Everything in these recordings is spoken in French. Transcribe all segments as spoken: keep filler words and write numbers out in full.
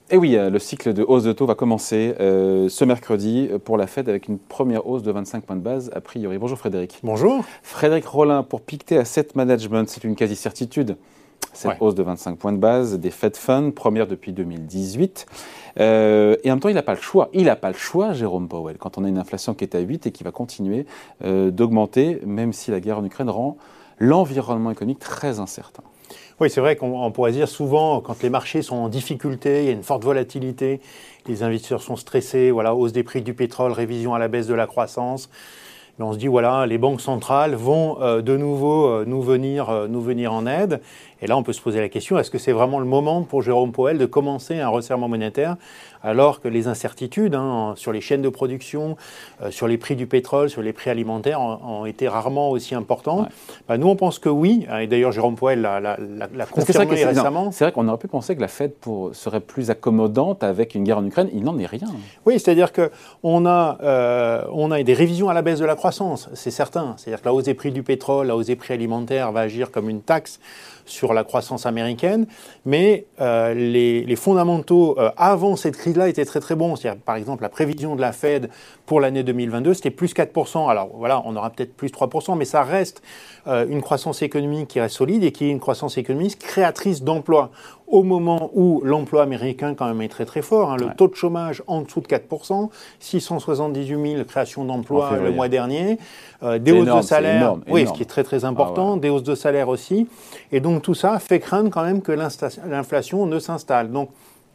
Et oui, le cycle de hausse de taux va commencer euh, ce mercredi pour la Fed avec une première hausse de vingt-cinq points de base a priori. Bonjour Frédéric. Bonjour. Frédéric Rollin, pour Pictet Asset Management, c'est une quasi-certitude. Cette ouais. hausse de vingt-cinq points de base des Fed Funds, première depuis deux mille dix-huit. Euh, et en même temps, il n'a pas le choix. Il n'a pas le choix, Jérôme Powell, quand on a une inflation qui est à huit et qui va continuer euh, d'augmenter, même si la guerre en Ukraine rend l'environnement économique très incertain. Oui, c'est vrai qu'on pourrait dire souvent, quand les marchés sont en difficulté, il y a une forte volatilité, les investisseurs sont stressés, voilà, hausse des prix du pétrole, révision à la baisse de la croissance. Mais on se dit, voilà, les banques centrales vont euh, de nouveau euh, nous, venir, euh, nous venir en aide. Et là, on peut se poser la question, est-ce que c'est vraiment le moment pour Jérôme Powell de commencer un resserrement monétaire alors que les incertitudes hein, sur les chaînes de production, euh, sur les prix du pétrole, sur les prix alimentaires ont, ont été rarement aussi importants. Ouais. Ben, nous, on pense que oui. Et d'ailleurs, Jérôme Powell l'a, l'a, l'a confirmé c'est récemment. Non, c'est vrai qu'on aurait pu penser que la Fed pour, serait plus accommodante avec une guerre en Ukraine. Il n'en est rien. Oui, c'est-à-dire qu'on a, euh, on a des révisions à la baisse de la croissance, c'est certain. C'est-à-dire que la hausse des prix du pétrole, la hausse des prix alimentaires va agir comme une taxe sur la croissance américaine, mais euh, les, les fondamentaux euh, avant cette crise-là étaient très très bons. C'est-à-dire, par exemple, la prévision de la Fed pour l'année deux mille vingt-deux, c'était plus quatre pour cent. Alors voilà, on aura peut-être plus trois pour cent, mais ça reste euh, une croissance économique qui reste solide et qui est une croissance économique créatrice d'emplois. Au moment où l'emploi américain quand même est très très fort, hein, le ouais. taux de chômage en dessous de quatre pour cent, six cent soixante-dix-huit mille créations d'emplois le mois dernier, euh, des hausses énorme, de salaire, énorme, oui, énorme. Ce qui est très très important, ah ouais. des hausses de salaire aussi, et donc tout ça fait craindre quand même que l'inflation ne s'installe. Donc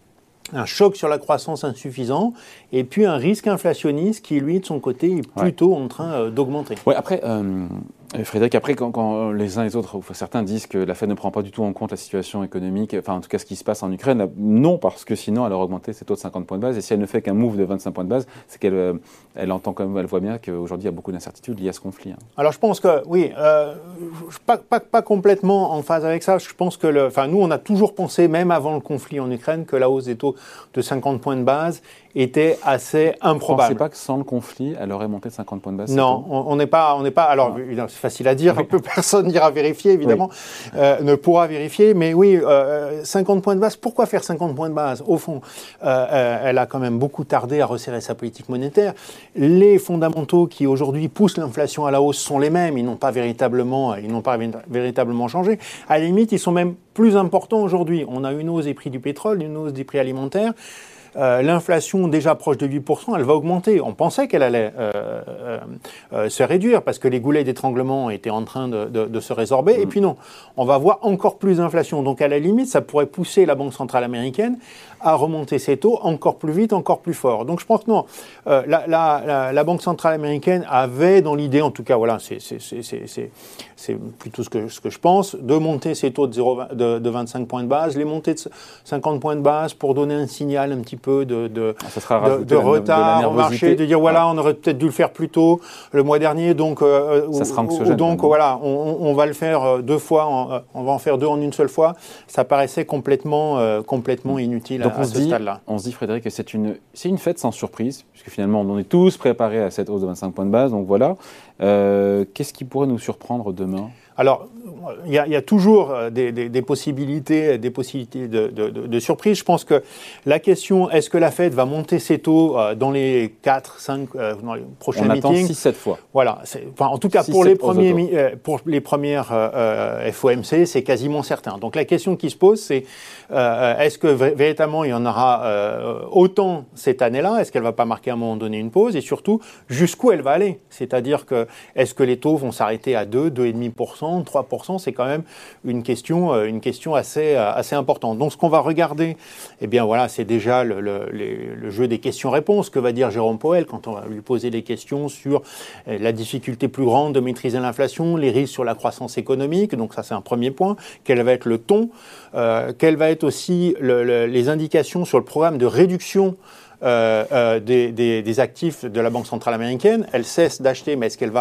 un choc sur la croissance insuffisant, et puis un risque inflationniste qui, lui, de son côté, est plutôt ouais. en train euh, d'augmenter. Oui, après, euh, Frédéric, après, quand, quand les uns et les autres, certains disent que la Fed ne prend pas du tout en compte la situation économique, enfin, en tout cas, ce qui se passe en Ukraine, non, parce que sinon, elle aurait augmenté ses taux de cinquante points de base, et si elle ne fait qu'un move de vingt-cinq points de base, c'est qu'elle euh, elle entend quand même, elle voit bien qu'aujourd'hui, il y a beaucoup d'incertitudes liées à ce conflit. Hein. Alors, je pense que, oui, euh, pas, pas, pas complètement en phase avec ça. Je pense que, le, enfin, nous, on a toujours pensé, même avant le conflit en Ukraine, que la hausse des taux de cinquante points de base était assez improbable. Vous ne pensez pas que sans le conflit, elle aurait monté de cinquante points de base? Non, on n'est pas, on n'est pas. Alors, ah. c'est facile à dire, oui. personne n'ira vérifier, évidemment, oui. euh, ne pourra vérifier. Mais oui, euh, cinquante points de base. Pourquoi faire cinquante points de base? Au fond, euh, euh, elle a quand même beaucoup tardé à resserrer sa politique monétaire. Les fondamentaux qui aujourd'hui poussent l'inflation à la hausse sont les mêmes. Ils n'ont pas véritablement, ils n'ont pas véritablement changé. À la limite, ils sont même plus importants aujourd'hui. On a une hausse des prix du pétrole, une hausse des prix alimentaires. Euh, l'inflation déjà proche de huit pour cent, elle va augmenter. On pensait qu'elle allait euh, euh, euh, se réduire parce que les goulets d'étranglement étaient en train de, de, de se résorber. Mmh. Et puis non, on va voir encore plus d'inflation. Donc à la limite, ça pourrait pousser la Banque centrale américaine à remonter ses taux encore plus vite, encore plus fort. Donc je pense que non, euh, la, la, la, la Banque centrale américaine avait dans l'idée, en tout cas, voilà, c'est, c'est, c'est, c'est, c'est, c'est plutôt ce que, ce que je pense, de monter ses taux de, zéro, de, de vingt-cinq points de base, les monter de cinquante points de base pour donner un signal un petit peu de, de, de, de retard au marché, de dire voilà, on aurait peut-être dû le faire plus tôt le mois dernier, donc, euh, ça sera anxiogène, donc voilà, on, on va le faire deux fois, en, on va en faire deux en une seule fois. Ça paraissait complètement, euh, complètement inutile donc à, à ce dit, stade-là. On se dit, Frédéric, que c'est une, c'est une fête sans surprise, puisque finalement, on est tous préparés à cette hausse de vingt-cinq points de base, donc voilà. Euh, qu'est-ce qui pourrait nous surprendre demain ? Alors, il y, y a toujours des, des, des possibilités, des possibilités de, de, de, de surprise. Je pense que la question, est-ce que la Fed va monter ses taux euh, dans les quatre, cinq, euh, dans les prochains meetings ? On attend six sept fois. Voilà. C'est, enfin, en tout cas, pour les, premiers, euh, pour les premières euh, F O M C, c'est quasiment certain. Donc, la question qui se pose, c'est euh, est-ce que v- véritablement il y en aura euh, autant cette année-là ? Est-ce qu'elle ne va pas marquer à un moment donné une pause ? Et surtout, jusqu'où elle va aller ? C'est-à-dire que est-ce que les taux vont s'arrêter à deux, deux virgule cinq pour cent, trois pour cent, c'est quand même une question, une question assez, assez importante. Donc, ce qu'on va regarder, eh bien voilà, c'est déjà le, le, le jeu des questions-réponses. Que va dire Jérôme Powell quand on va lui poser des questions sur la difficulté plus grande de maîtriser l'inflation, les risques sur la croissance économique. Donc, ça, c'est un premier point. Quel va être le ton ? euh, Quelles vont être aussi le, le, les indications sur le programme de réduction Euh, euh, des, des, des actifs de la Banque centrale américaine? Elle cesse d'acheter, mais est-ce qu'elle va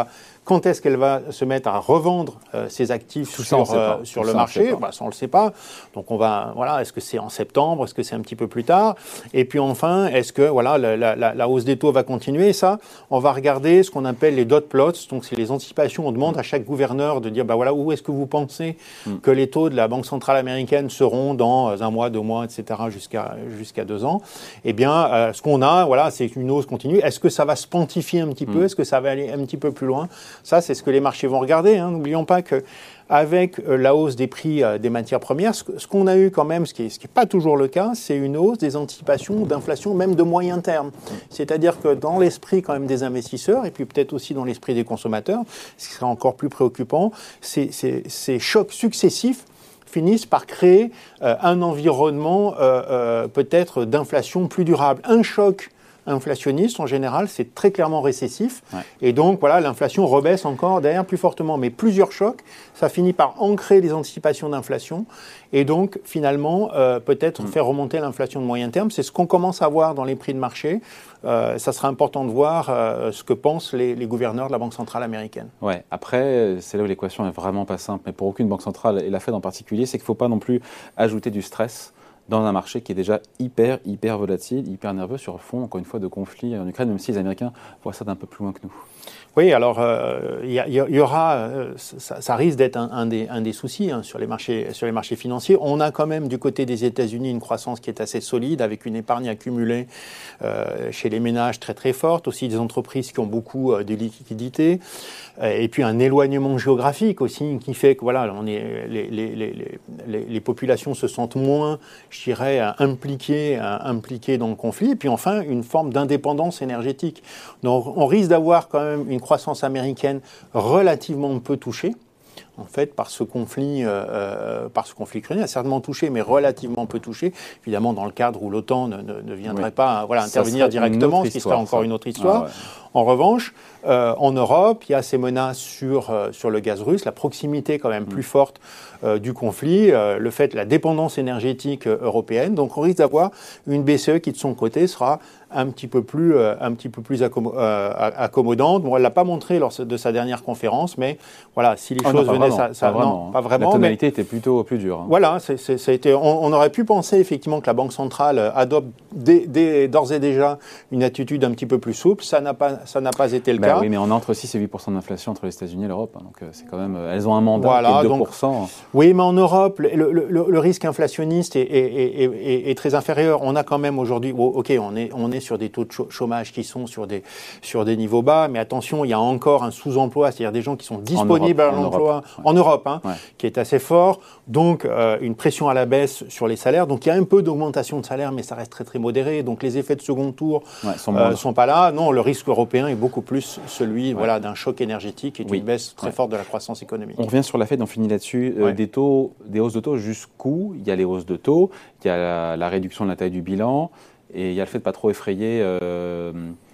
Quand est-ce qu'elle va se mettre à revendre euh, ses actifs Tout sur, ça, euh, sur Tout le ça, marché? Bah, ça, on ne le sait pas. Donc, on va, voilà, est-ce que c'est en septembre? Est-ce que c'est un petit peu plus tard? Et puis, enfin, est-ce que voilà, la, la, la hausse des taux va continuer? Et ça, on va regarder ce qu'on appelle les dot plots. Donc, c'est les anticipations. On demande à chaque gouverneur de dire, bah, voilà, où est-ce que vous pensez mm. que les taux de la Banque centrale américaine seront dans un mois, deux mois, et cetera, jusqu'à jusqu'à deux ans? Eh bien, euh, ce qu'on a, voilà, c'est une hausse continue. Est-ce que ça va se pontifier un petit mm. peu? Est-ce que ça va aller un petit peu plus loin? Ça, c'est ce que les marchés vont regarder. Hein. N'oublions pas que avec la hausse des prix des matières premières, ce qu'on a eu quand même, ce qui n'est ce qui est pas toujours le cas, c'est une hausse des anticipations d'inflation, même de moyen terme. C'est-à-dire que dans l'esprit quand même des investisseurs, et puis peut-être aussi dans l'esprit des consommateurs, ce qui sera encore plus préoccupant, c'est ces chocs successifs finissent par créer euh, un environnement euh, euh, peut-être d'inflation plus durable. Un choc inflationniste, en général, c'est très clairement récessif. Ouais. Et donc, voilà, l'inflation rebaisse encore derrière plus fortement. Mais plusieurs chocs, ça finit par ancrer les anticipations d'inflation et donc, finalement, euh, peut-être mmh. faire remonter l'inflation de moyen terme. C'est ce qu'on commence à voir dans les prix de marché. Euh, ça sera important de voir euh, ce que pensent les, les gouverneurs de la Banque centrale américaine. Ouais. Après, c'est là où l'équation n'est vraiment pas simple. Mais pour aucune banque centrale, et la Fed en particulier, c'est qu'il ne faut pas non plus ajouter du stress dans un marché qui est déjà hyper, hyper volatile, hyper nerveux sur le fond, encore une fois, de conflits en Ukraine, même si les Américains voient ça d'un peu plus loin que nous. Oui, alors il euh, y, y, y aura, euh, ça, ça risque d'être un, un, des, un des soucis hein, sur les marchés, sur les marchés financiers. On a quand même du côté des États-Unis une croissance qui est assez solide, avec une épargne accumulée euh, chez les ménages très très forte, aussi des entreprises qui ont beaucoup euh, de liquidités, euh, et puis un éloignement géographique aussi qui fait que voilà, on est, les, les, les, les, les populations se sentent moins, je dirais, impliquées, impliquées dans le conflit. Et puis enfin, une forme d'indépendance énergétique. Donc on risque d'avoir quand même une croissance américaine relativement peu touchée, en fait, par ce conflit, euh, par ce conflit ukrainien, certainement touché, mais relativement peu touché, évidemment dans le cadre où l'OTAN ne, ne, ne viendrait oui. pas voilà, intervenir directement, ce qui serait encore ça. Une autre histoire. Ah ouais. En revanche, euh, en Europe, il y a ces menaces sur, euh, sur le gaz russe, la proximité quand même mmh. plus forte euh, du conflit, euh, le fait, la dépendance énergétique euh, européenne. Donc on risque d'avoir une B C E qui de son côté sera un petit peu plus, euh, un petit peu plus accom euh, accommodante. Bon, elle l'a pas montré lors de sa dernière conférence, mais voilà, si les oh, choses non, venaient, vraiment, ça, ça pas vraiment, non, pas vraiment. La tonalité mais, était plutôt plus dure. Hein. Voilà, c'est, c'est, ça a été. On, on aurait pu penser effectivement que la Banque centrale adopte dès, dès, d'ores et déjà une attitude un petit peu plus souple. Ça n'a pas, ça n'a pas été le ben cas. Oui, mais on a entre six et huit pour cent d'inflation entre les États-Unis et l'Europe. Hein, donc euh, c'est quand même, euh, elles ont un mandat voilà, de deux pour cent. Donc, oui, mais en Europe, le, le, le, le risque inflationniste est, est, est, est, est très inférieur. On a quand même aujourd'hui, oh, ok, on est, on est sur des taux de chômage qui sont sur des, sur des niveaux bas, mais attention, il y a encore un sous-emploi, c'est-à-dire des gens qui sont disponibles à l'emploi en Europe, hein, ouais. qui est assez fort. Donc, euh, une pression à la baisse sur les salaires. Donc, il y a un peu d'augmentation de salaire, mais ça reste très, très modéré. Donc, les effets de second tour ouais, sont, euh, sont pas là. Non, le risque européen est beaucoup plus celui ouais. voilà, d'un choc énergétique et d'une oui. baisse très ouais. forte de la croissance économique. On revient sur la Fed, on finit là-dessus. Euh, ouais. des taux, des hausses de taux jusqu'où? Il y a les hausses de taux, il y a la, la réduction de la taille du bilan, et il y a le fait de ne pas trop effrayer euh,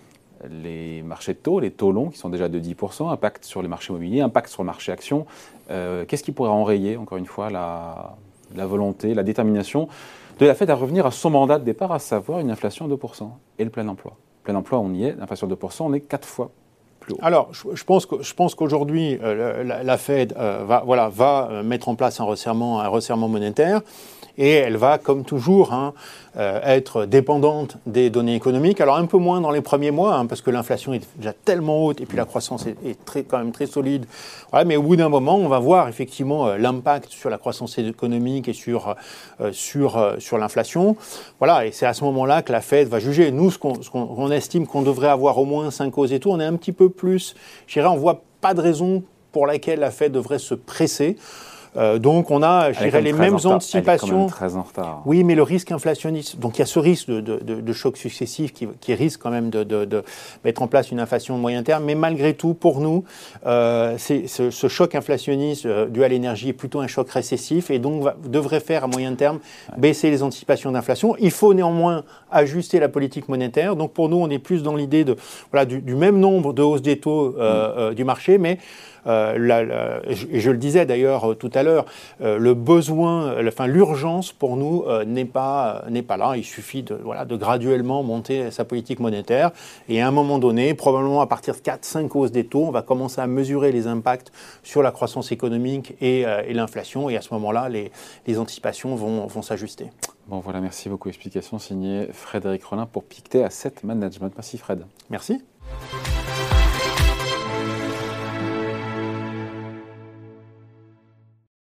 les marchés de taux, les taux longs qui sont déjà de dix pour cent, impact sur les marchés immobiliers, impact sur le marché actions. Euh, Qu'est-ce qui pourrait enrayer, encore une fois, la, la volonté, la détermination de la Fed à revenir à son mandat de départ, à savoir une inflation à deux pour cent et le plein emploi? Plein emploi, on y est, l'inflation à deux pour cent, on est quatre fois plus haut. Alors, je, je pense que je pense qu'aujourd'hui, euh, la, la Fed euh, va, voilà, va mettre en place un resserrement, un resserrement monétaire. Et elle va, comme toujours, hein, euh, être dépendante des données économiques. Alors un peu moins dans les premiers mois, hein, parce que l'inflation est déjà tellement haute et puis la croissance est, est très, quand même très solide. Voilà, mais au bout d'un moment, on va voir effectivement euh, l'impact sur la croissance économique et sur, euh, sur, euh, sur l'inflation. Voilà, et c'est à ce moment-là que la Fed va juger. Nous, ce qu'on, ce qu'on on estime qu'on devrait avoir au moins cinq hausses et tout, on est un petit peu plus, je dirais, on ne voit pas de raison pour laquelle la Fed devrait se presser. Euh, donc on a, je dirais, les mêmes anticipations. Elle est quand même très en retard. Oui, mais le risque inflationniste. Donc il y a ce risque de, de, de, de choc successif qui, qui risque quand même de, de, de mettre en place une inflation de moyen terme. Mais malgré tout, pour nous, euh, c'est, ce, ce choc inflationniste euh, dû à l'énergie est plutôt un choc récessif et donc va, devrait faire à moyen terme baisser les anticipations d'inflation. Il faut néanmoins ajuster la politique monétaire. Donc pour nous, on est plus dans l'idée de voilà du, du même nombre de hausses des taux euh, mmh. euh, du marché, mais Euh, la, la, et je, je le disais d'ailleurs tout à à l'heure, euh, le besoin, enfin l'urgence pour nous euh, n'est pas n'est pas là. Il suffit de voilà de graduellement monter sa politique monétaire et à un moment donné, probablement à partir de quatre cinq hausses des taux, on va commencer à mesurer les impacts sur la croissance économique et, euh, et l'inflation et à ce moment-là, les, les anticipations vont, vont s'ajuster. Bon voilà, merci beaucoup. Explication signée Frédéric Rollin pour Pictet Asset Management. Merci Fred. Merci.